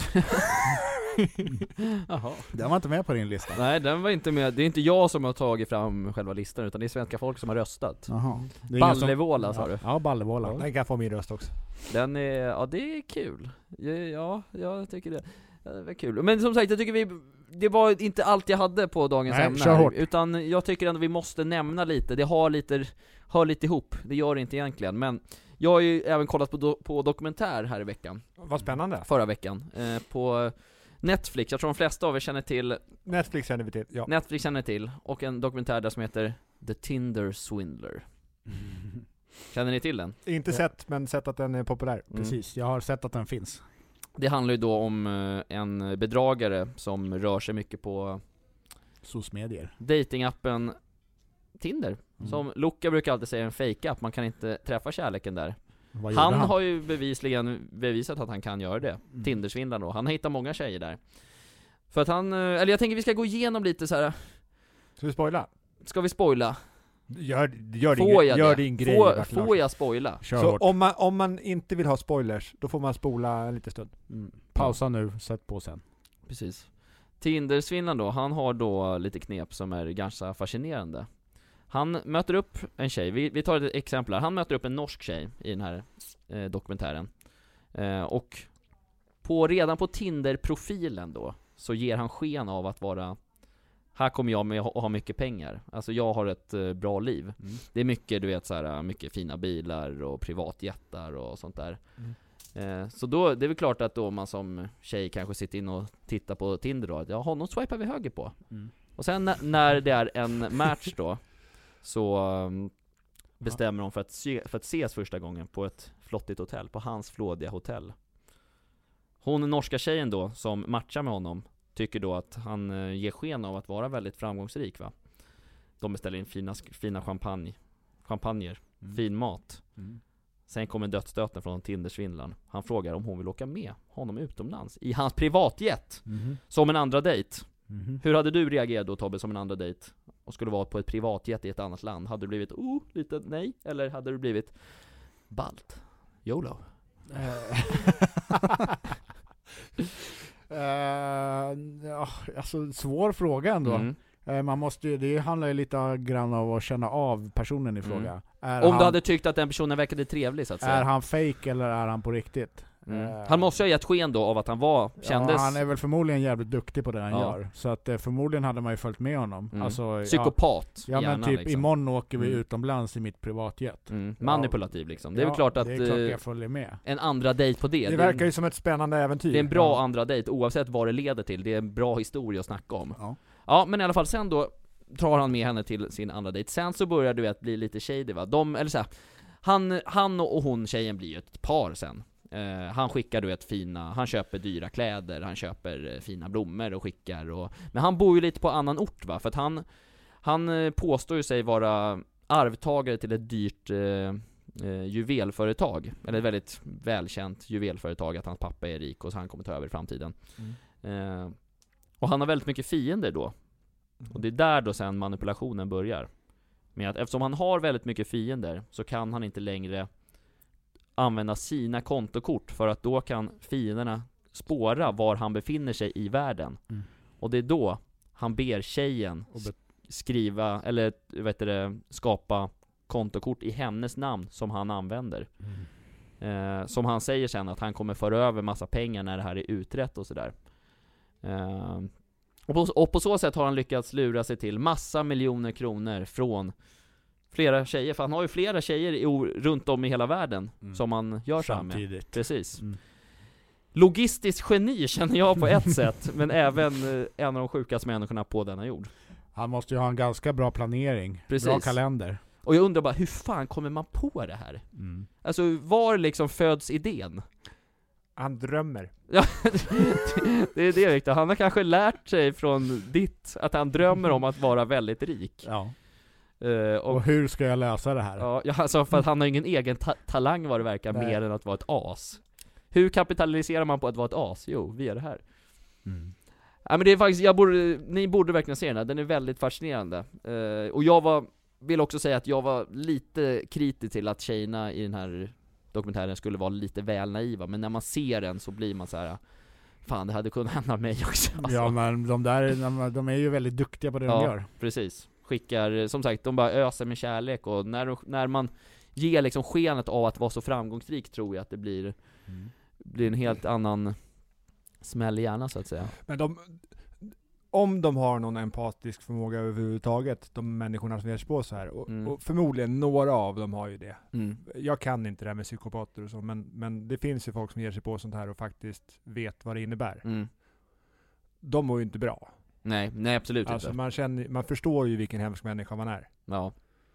Jaha. Den var inte med på din lista. Nej, den var inte med. Det är inte jag som har tagit fram själva listan, utan det är svenska folk som har röstat. Jaha. Det är ingen som- Ballevåla sa ja, du. Ja, Ballevåla. Den kan få min röst också. Den är, ja det är kul. Ja, ja jag tycker det. Ja, det var kul. Men som sagt, jag tycker vi, det var inte allt jag hade på dagens Nej, ämne kör här, hårt. utan jag tycker ändå vi måste nämna lite. Det har lite, hör lite ihop. Det gör det inte egentligen, men jag har ju även kollat på, do, på dokumentär här i veckan. Vad spännande. Förra veckan. Eh, på Netflix. Jag tror de flesta av er känner till, Netflix känner vi till. Ja. Netflix känner till, och en dokumentär där som heter The Tinder Swindler. Känner ni till den? Inte Ja. sett, men sett att den är populär. Mm. Precis, jag har sett att den finns. Det handlar ju då om eh, en bedragare som rör sig mycket på Socialmedier. datingappen Tinder. Mm. Som Luca brukar alltid säga, en fake-app, man kan inte träffa kärleken där. Vad gjorde Han, han? har ju bevisligen bevisat att han kan göra det. Mm. Tindersvindlaren då. Han har hittat många tjejer där. För att han, eh, eller jag tänker vi ska gå igenom lite så här. Ska vi spoila? Ska vi spoila? Gör, gör, Får din, jag gör det? din grej. Får, Martin får Larsson. jag spoila? Kör Så hårt. om man, om man inte vill ha spoilers, då får man spola en liten stund. Mm. Pausa nu, sätt på sen. Precis. Tindersvindlaren då, han har då lite knep som är ganska fascinerande. Han möter upp en tjej, vi, vi tar ett exempel här. Han möter upp en norsk tjej i den här eh, dokumentären. Eh, och på, redan på Tinder-profilen då, så ger han sken av att vara, här kommer jag med att ha mycket pengar. Alltså jag har ett eh, bra liv. Mm. Det är mycket, du vet så här, mycket fina bilar och privatjättar och sånt där. Mm. Eh, så då, det är väl klart att då man som tjej kanske sitter in och tittar på Tinder då, att ja, honom swipar vi höger på. Mm. Och sen när, när det är en match då, så um, bestämmer de för att, se, för att ses första gången på ett flottigt hotell, på hans flådiga hotell. Hon norska tjejen då, som matchar med honom, tycker då att han uh, ger sken av att vara väldigt framgångsrik, va. De beställer in fina, sk- fina champagne, champagner, Mm. fin mat. Mm. Sen kommer dödsstöten från Tindersvindlaren. Han frågar om hon vill åka med honom utomlands i hans privatjet, Mhm. som en andra dejt. Mhm. Hur hade du reagerat då, Tobbe, som en andra dejt? Och skulle vara på ett privatjet i ett annat land? Hade du blivit, oh, lite nej? Eller hade du blivit balt? YOLO? Eh, ja, alltså svår fråga ändå. Mm. Eh, man måste ju, det handlar ju lite grann om att känna av personen i Mm. fråga. Är Om han, du hade tyckt att den personen verkade trevlig, så att säga. är han fake eller är han på riktigt? Mm. Eh, Han måste ju ha gett sken då av att han var, kändes Ja, han är väl förmodligen jävligt duktig på det han Ja. gör. Så att eh, förmodligen hade man ju följt med honom. mm. Alltså, psykopat. Ja, ja men gärna, typ liksom. imorgon åker vi Mm. utomlands i mitt privatjet. Mm. Manipulativ liksom. Det är Ja, väl klart att det är klart eh, jag följer med. en andra dejt på det. Det det, verkar ju som ett spännande äventyr. det är en bra Ja. andra dejt, oavsett vad det leder till. Det är en bra historia att snacka om. Ja. Ja, men i alla fall sen då tar han med henne till sin andra dejt. Sen så börjar du vet bli lite shady, va. De, eller så här, han, han och hon, tjejen, blir ju ett par sen. Eh, han skickar du vet fina, han köper dyra kläder, han köper eh, fina blommor och skickar och, men han bor ju lite på annan ort, va. För att han, han eh, påstår ju sig vara arvtagare till ett dyrt eh, eh, juvelföretag. Eller ett väldigt välkänt juvelföretag, att hans pappa är rik och så han kommer ta över i framtiden. Mm. Eh, och han har väldigt mycket fiender då. Och det är där då sen manipulationen börjar. med att eftersom han har väldigt mycket fiender så kan han inte längre använda sina kontokort, för att då kan fienderna spåra var han befinner sig i världen. Mm. Och det är då han ber tjejen Och be- skriva, eller vet du det, skapa kontokort i hennes namn som han använder. Mm. Eh, som han säger sen att han kommer föra över massa pengar när det här är utrett och sådär. Eh, och, på, och på så sätt har han lyckats lura sig till massa miljoner kronor från flera tjejer, för han har ju flera tjejer i, runt om i hela världen Mm. som han gör så här med. Samtidigt. Precis. Mm. Logistiskt geni känner jag på ett sätt, men även eh, en av de sjukaste människorna på denna jord. Han måste ju ha en ganska bra planering. Precis. Bra kalender. Och jag undrar bara, hur fan kommer man på det här? Mm. Alltså, var liksom föds idén? Han drömmer. Ja, det är det, Victor. Han har kanske lärt sig från ditt att han drömmer om att vara väldigt rik. Ja. Eh, Och, och, hur ska jag lösa det här? ja, ja, alltså för att han har ingen egen ta- talang vad det verkar, Nej. mer än att vara ett as. Hur kapitaliserar man på att vara ett as? Jo, via det här. Mm. Ja, men det är faktiskt, jag borde, ni borde verkligen se den här. Den är väldigt fascinerande. Eh, och jag var, vill också säga att jag var lite kritisk till att tjejerna i den här dokumentären skulle vara lite väl naiva. Men när man ser den så blir man så här: fan, det hade kunnat hända mig också. Alltså. Ja, men de där, de, de är ju väldigt duktiga på det Ja. de gör. Precis. Skickar, som sagt, de bara öser med kärlek. Och när, de- när man ger liksom skenet av att vara så framgångsrik, tror jag att det blir, Mm. blir en helt annan smäll i hjärnan, så att säga. Men de, om de har någon empatisk förmåga överhuvudtaget, de människorna som ger sig på så här, och, Mm. och förmodligen några av dem har ju det. Mm. Jag kan inte det här med psykopater och så, men, men det finns ju folk som ger sig på sånt här och faktiskt vet vad det innebär. Mm. De mår ju inte bra. Nej, nej absolut Alltså inte. man, känner, man förstår ju vilken hemsk människa man är. Ja.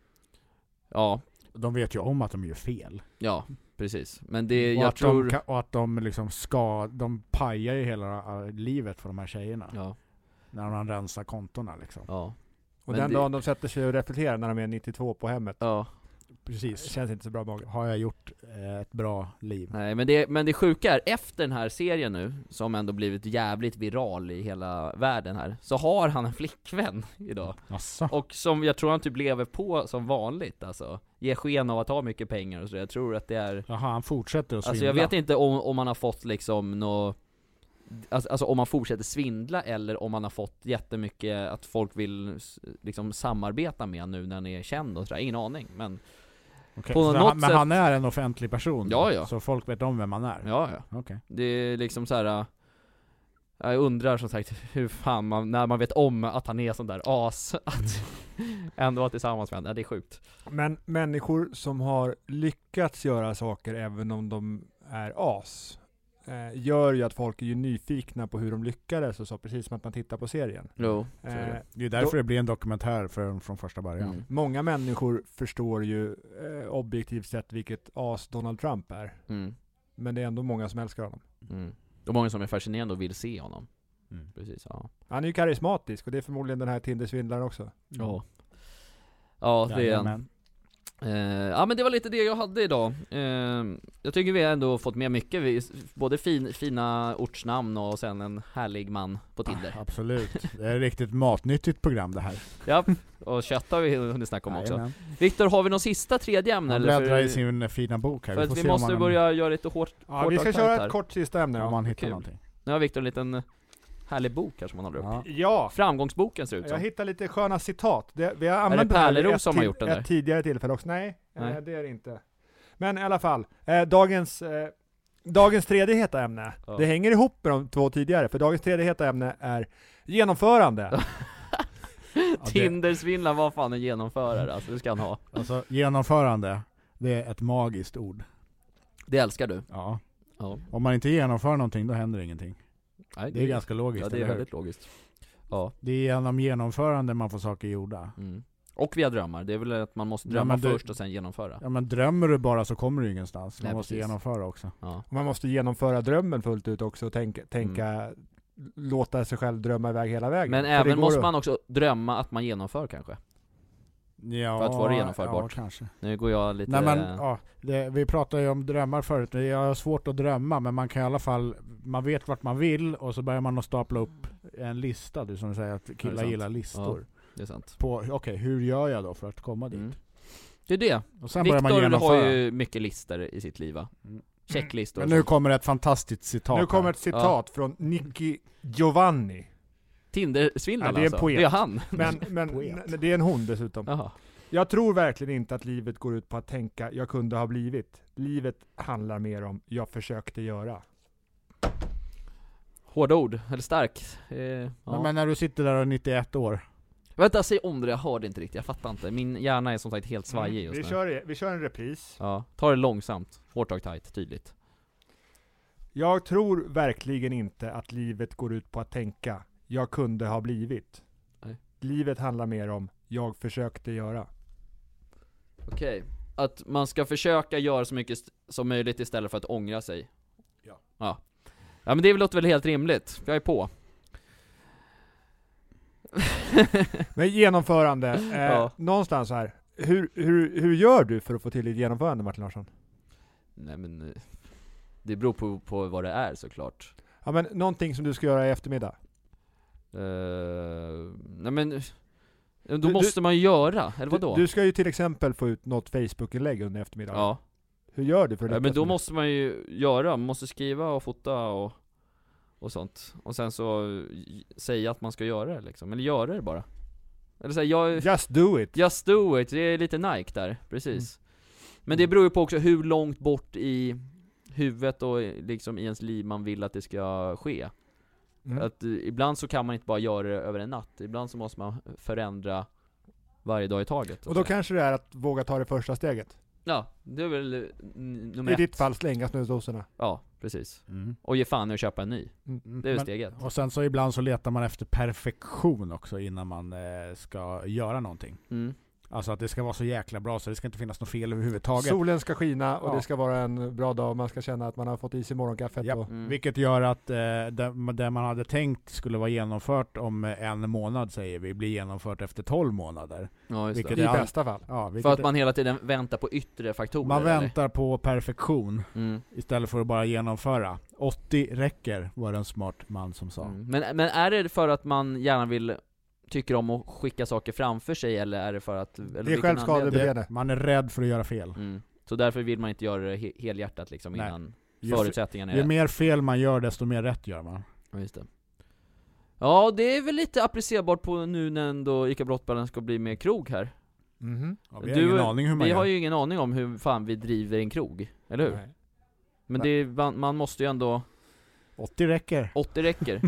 Ja, De vet ju om att de gör fel. ja, precis. Men det, och, jag att tror... de, ka- och att de liksom ska, de pajar ju hela äh, livet för de här tjejerna. Ja, När man rensar kontona liksom. ja, Och Men den det- dagen de sätter sig och reflekterar när de är nittiotvå på hemmet, ja. det Precis. känns inte så bra i magen. Har jag gjort eh, ett bra liv? Nej, men det, men det sjuka är, efter den här serien nu, som ändå blivit jävligt viral i hela världen här, så har han en flickvän idag. Asså. Och som jag tror han typ lever på som vanligt, alltså. Ger sken av att ha mycket pengar och så. Jag tror att det är... Jaha, han fortsätter att svindla. Alltså jag vet inte om, om man har fått liksom nå... Alltså, alltså om man fortsätter svindla, eller om man har fått jättemycket att folk vill s- liksom samarbeta med nu när han är känd och sådär. Ingen aning, men Okej, på så något han, men sätt- han är en offentlig person? Ja, ja. Så folk vet om vem han är? ja, ja. Okej. Det är liksom så här. äh, Jag undrar som sagt hur fan man, när man vet om att han är sån där as, att ändå vara tillsammans med honom. Ja, det är sjukt. Men människor som har lyckats göra saker även om de är as, eh, gör ju att folk är ju nyfikna på hur de lyckades och så, precis som att man tittar på serien. Jo, så Eh, är det. Det är därför Då- det blir en dokumentär för, från första början. Mm. Många människor förstår ju eh, objektivt sett vilket as Donald Trump är. Mm. Men det är ändå många som älskar honom. Mm. Och många som är fascinerande och vill se honom. Mm. Precis, ja. Han är ju karismatisk och det är förmodligen den här Tinder-svindlaren också. Ja, ja det är en. Jajamän. Eh, ja men det var lite det jag hade idag. Eh, jag tycker vi har ändå fått med mycket, vi, både fin, fina ortsnamn och sen en härlig man på Tinder. Ah, absolut. Det är ett riktigt matnyttigt program det här. Ja, och kött har vi hunnit snacka om också. Jajamän. Viktor, har vi någon sista tredje ämne? Han eller? bläddrar För, i sin fina bok här. för får att vi se om måste han- börja göra lite hårt, Ja, hårt vi ska och köra tajt här. ett kort sista ämne Om då. man hittar kul. någonting. Nu har Viktor en liten härlig bok här som han håller upp. Ja. Ja, Framgångsboken ser ut jag som. hittar lite sköna citat. Det, vi har använt det den här Pärleros ett som har tid- gjort den ett där? tidigare tillfälle också. Nej, Nej. Eh, det är det inte. Men i alla fall, eh, dagens, eh, dagens tredje heta ämne, Ja. det hänger ihop med de två tidigare, för dagens tredje heta ämne är genomförande. Tindersvindlaren var fan en genomförare, alltså det ska han ha. Alltså, genomförande, det är ett magiskt ord. Det älskar du. Ja. Ja. Om man inte genomför någonting, då händer ingenting. Nej, Det är ganska logiskt, Ja, det är eller hur? väldigt logiskt. Ja. Det är genom genomförande man får saker gjorda. Mm. Och via drömmar, det är väl att man måste Ja, drömma men du- först och sen genomföra. Ja, men drömmer du bara så kommer du ingenstans. Man Nej, måste precis. genomföra också. Ja. Man måste genomföra drömmen fullt ut också och tänka, tänka Mm. låta sig själv drömma iväg hela vägen. Men För det även går måste att- man också drömma att man genomför kanske. Ja, För att få det genomförbart. Ja, kanske. Nu går jag lite... Nej, men, ja, det, vi pratade ju om drömmar förut. Jag har svårt att drömma, men man kan i alla fall, man vet vart man vill och så börjar man att stapla upp en lista. Du som säger att Är det killar sant? gillar listor. Det är sant. På, okej, okay, hur gör jag då för att komma dit? Mm. Det är det. Och sen börjar man Victor genomföra. har ju mycket listor i sitt liv, va? Mm. Checklistor. Men nu kommer ett fantastiskt citat. Nu kommer här. ett citat från Nicky Giovanni. Tinder-svindlaren Ja, det är en alltså. poet. Det är han. Men, men Poet. det är en hon dessutom. Jaha. Jag tror verkligen inte att livet går ut på att tänka jag kunde ha blivit. Livet handlar mer om jag försökte göra. Hårda ord, eller stark. Eh, ja. men, men när du sitter där och är nittioett år. Vänta, säg om det, jag hörde inte riktigt, jag fattar inte. Min hjärna är som sagt helt svajig just vi, nu. kör, vi kör en repris. Ja, ta det långsamt. Hårt och tajt, tydligt. Jag tror verkligen inte att livet går ut på att tänka jag kunde ha blivit. Nej. Livet handlar mer om jag försökte göra. Okej. Att man ska försöka göra så mycket st- som möjligt istället för att ångra sig. Ja. Ja. Ja, men det låter väl helt rimligt. Jag är på. Men genomförande, eh, Ja. någonstans här. Hur, hur, hur gör du för att få till ditt genomförande, Martin Larsson? Nej men eh, det beror på, på vad det är såklart. Ja, men någonting som du ska göra i eftermiddag. Uh, nej men då Du- måste man ju göra, eller vadå? Du, du ska ju till exempel få ut något Facebook-inlägg under eftermiddagen. Ja. Hur gör du för att Ja, lyckas men då med det? måste man ju göra, man måste skriva och fota och, och sånt. Och sen så j- säga att man ska göra det liksom, eller göra det bara. Eller säga, jag, Just do it. just do it, det är lite Nike där, precis. Mm. Men det beror ju på också hur långt bort i huvudet och liksom i ens liv man vill att det ska ske. Mm. Att eh, ibland så kan man inte bara göra det över en natt, ibland så måste man förändra varje dag i taget. Och då kanske det är att våga ta det första steget. Ja, det är väl eh, n- nummer I ett. ditt fall slänga snusdosorna. Ja, precis. Mm. Och ge fan i att köpa en ny. Mm. Det är väl Men- steget. Och sen så ibland så letar man efter perfektion också innan man eh, ska göra någonting. Mm. Alltså att det ska vara så jäkla bra så det ska inte finnas något fel överhuvudtaget. Solen ska skina och Ja. det ska vara en bra dag och man ska känna att man har fått i sig morgonkaffet. Japp. Och... Mm. Vilket gör att eh, det, det man hade tänkt skulle vara genomfört om en månad, säger vi, blir genomfört efter tolv månader. Ja, just Vilket det. I är all- bästa fall. Ja, vilket För att är- man hela tiden väntar på yttre faktorer. man eller? väntar på perfektion Mm. istället för att bara genomföra. åttio räcker, var det en smart man som sa. Mm. Men, men är det för att man gärna vill, tycker om att skicka saker framför sig, eller är det för att... Eller Det är vilken självskadebeteende. anledning? Det, man är rädd för att göra fel. Mm. Så därför vill man inte göra det he- helhjärtat liksom, Nej. innan Ju, förutsättningarna är ju rätt. mer fel man gör, desto mer rätt gör man. Ja, just det. Ja, det är väl lite applicerbart på nu när ändå Ica Brottballen ska bli med krog här. Mhm. Ja, vi har ingen aning hur man vi gör. har ju ingen aning om hur fan vi driver en krog, eller hur? Nej. Men det är, man, man måste ju ändå, åttio räcker. åttio räcker.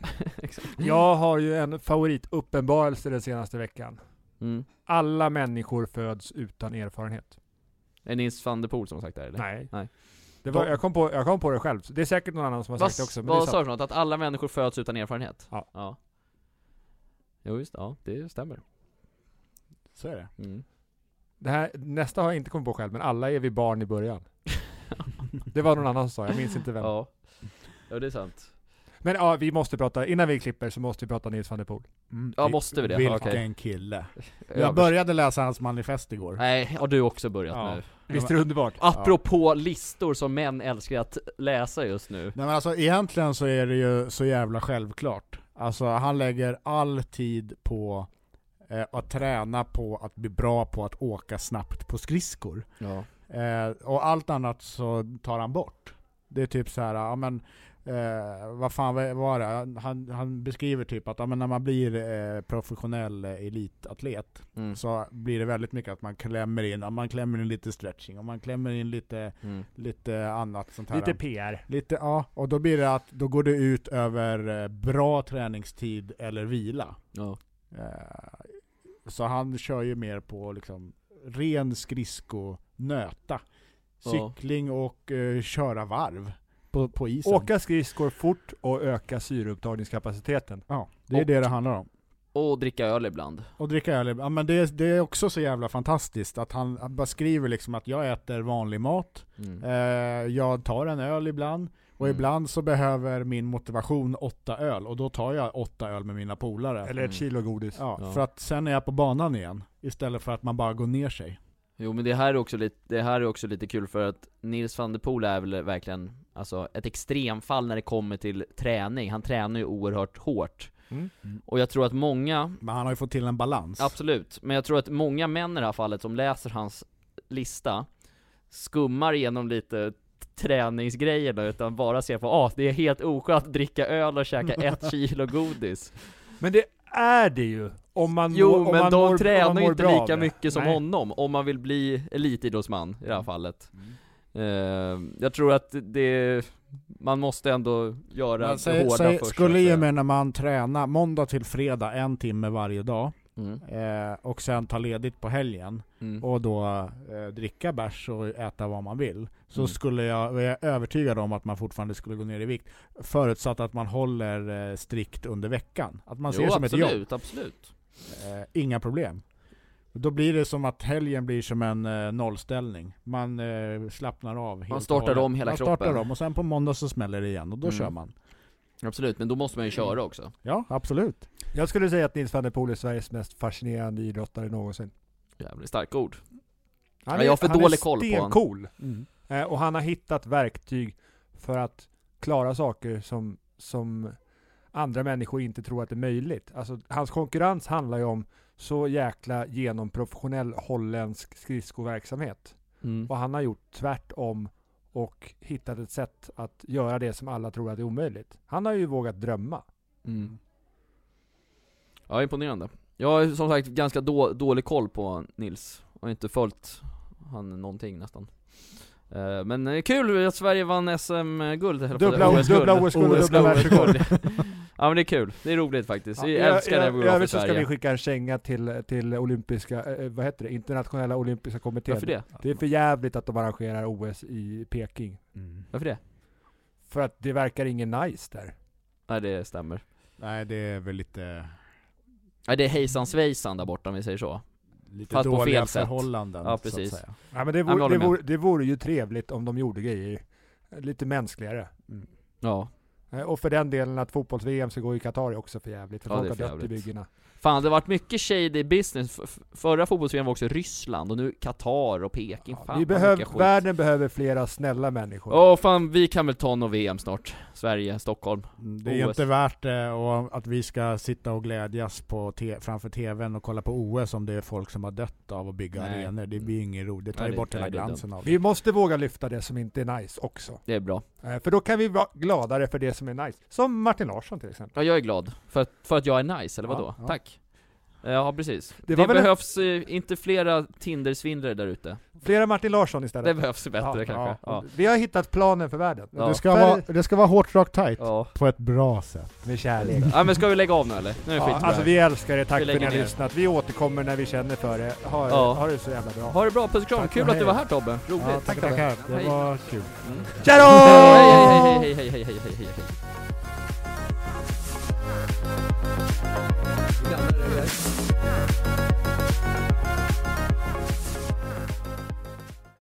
Jag har ju en favorituppenbarelse den senaste veckan. Mm. Alla människor föds utan erfarenhet. Är Nils van der Poel som har sagt det här, eller? Nej. Nej. Det var, jag, kom på, jag kom på det själv. Det är säkert någon annan som har Vad, sagt det också. Men vad det är sa sant. du för något? Att alla människor föds utan erfarenhet? Ja. Ja. Jo just det, ja, det stämmer. Så är det. Mm. Det här, nästa har jag inte kommit på själv, men alla är vi barn i början. Det var någon annan som sa, jag minns inte vem. Ja. Ja, det är sant. Men ja, vi måste prata, innan vi klipper så måste vi prata Nils van der Poel. Mm. Ja, måste vi det? Vilken Okej. kille. Jag Jag började läsa hans manifest igår. Nej, har du också börjat Ja. nu? Visst är det underbart? Apropå listor som män älskar att läsa just nu. Nej, men alltså egentligen så är det ju så jävla självklart. Alltså han lägger all tid på eh, att träna på att bli bra på att åka snabbt på skridskor. Ja. Eh, och allt annat så tar han bort. Det är typ så här, ja men eh, vad fan var det? Han, han beskriver typ att ja, men när man blir eh, professionell eh, elitatlet Mm. så blir det väldigt mycket att man klämmer in, ja, man klämmer in lite stretching och man klämmer in lite, Mm. lite annat sånt här. Lite P R. Lite, ja, och då blir det att då går det ut över eh, bra träningstid eller vila. Ja. Eh, så han kör ju mer på liksom ren skridsko, nöta, Ja. cykling och eh, köra varv på, på isen. Åka skridskor fort och öka syreupptagningskapaciteten. Ja, det är Och- det det handlar om. Och dricka öl ibland. Och dricka öl, ja men det, det är också så jävla fantastiskt att han, han bara skriver liksom att jag äter vanlig mat, Mm. eh, jag tar en öl ibland och Mm. ibland så behöver min motivation åtta öl och då tar jag åtta öl med mina polare. Eller Mm. ett kilo godis. Ja, Ja. för att sen är jag på banan igen istället för att man bara går ner sig. Jo, men det här är också lite, det här är också lite kul för att Nils van der Poel är väl verkligen alltså ett extremfall när det kommer till träning. Han tränar ju oerhört hårt. Mm. Och jag tror att många, Men han har ju fått till en balans. absolut, men jag tror att många män i det här fallet som läser hans lista skummar igenom lite träningsgrejerna, utan bara ser på, ah, det är helt oskönt att dricka öl och käka ett kilo godis. Men det är det ju. Om man Jo, mår, om men man de mår, om tränar man ju mår inte bra av lika det. mycket som Nej. honom, om man vill bli elitidrottsman i det här fallet. Uh, jag tror att det, man måste ändå göra Men säg, hårda säg, först. skulle så att ju säga. med när man tränar måndag till fredag en timme varje dag Mm. eh, och sen ta ledigt på helgen Mm. och då eh, dricka bärs och äta vad man vill, så Mm. skulle jag, jag är övertygad om att man fortfarande skulle gå ner i vikt, förutsatt att man håller eh, strikt under veckan. Att man ser Jo, det som absolut, ett jobb. absolut. Eh, inga problem. Då blir det som att helgen blir som en eh, nollställning. Man eh, slappnar av helt Man och startar hållet. om hela man kroppen. startar om och sen på måndag så smäller det igen och då Mm. kör man. Absolut, men då måste man ju köra också. Ja, absolut. Jag skulle säga att Nils van der Poel är Sveriges mest fascinerande idrottare någonsin. Jävligt starka ord. Han Ja, jag har för han dålig koll på han. stencool. Mm. Eh, och han har hittat verktyg för att klara saker som, som andra människor inte tror att det är möjligt. Alltså, hans konkurrens handlar ju om så jäkla genomprofessionell holländsk skridskoverksamhet. Mm. Och han har gjort tvärtom och hittat ett sätt att göra det som alla tror att det är omöjligt. Han har ju vågat drömma. Mm. Ja, imponerande. Jag har som sagt ganska då, dålig koll på Nils. Och inte följt han någonting nästan. Eh, Men eh, kul att Sverige vann S M-guld. Dubbla O S-guld och dubbla världsrekord. Ja, men det är kul. Det är roligt faktiskt. Ja, Vi jag- älskar när jag- vi I går för övrigt så ska vi Sverige. skicka en känga till, till olympiska, eh, vad heter det? Internationella olympiska kommittén. Varför det? Det är för jävligt att de arrangerar O S i Peking. Mm. Varför det? För att det verkar ingen nice där. Nej, det stämmer. Nej, det är väl lite, Nej, det är hejsan svejsan där borta om vi säger så. lite Fast på dåliga fel sätt. förhållanden. Ja, så att precis. säga. Ja, men det, Ja, men vore, håller det, med. vore, det vore ju trevligt om de gjorde grejer lite mänskligare. Mm. Ja. Eh, Och för den delen att fotbolls-V M ska gå i Qatar är också för jävligt. För Ja, folk det har är för dött i jävligt. byggena. Fan, det har varit mycket shady business. F- f- Förra fotbolls-V M var också Ryssland och nu Qatar och Peking. Fan, Vi vad behöver, mycket skit. världen behöver flera snälla människor. Åh fan, vi kan väl ta någon V M snart. Sverige, Stockholm. Mm, Det är O S. inte värt det, och att vi ska sitta och glädjas på te- framför tvn och kolla på O S om det är folk som har dött av att bygga Nej. arenor. Det blir ingen roligt. Det tar Nej, ju det- bort hela nej, det är glansen av det. Vi måste våga lyfta det som inte är nice också. Det är bra. Eh, För då kan vi vara gladare för det som är nice. Som Martin Larsson till exempel. Ja, jag är glad. För att, för att jag är nice, eller vadå? Ja, ja. Tack. Ja, precis. Det Det, var väl en- behövs eh, inte flera Tinder-svindlare där ute. Flera Martin Larsson istället. Det behövs bättre Ja, kanske. ja. Ja. Vi har hittat planen för världen. Ja. Det, ska Färg- vara, det ska vara hårt, rakt, tight. Ja. På ett bra sätt. Med kärlek. Ja, men ska vi lägga av nu eller? Nu är det Ja, skitbra. alltså vi älskar er, tack Vi för att ni lägger har ner. lyssnat. Vi återkommer när vi känner för det. Ha, Ja. ha det så jävla bra. Ha det bra, puss och kram. Tack Kul och att du hej. var här Tobbe. Roligt. Ja, tack, tackar. Det Hej. var kul. Mm. Tja då! Hej, hej, hej, hej, hej, hej, hej, hej, hej. Gamla röjer.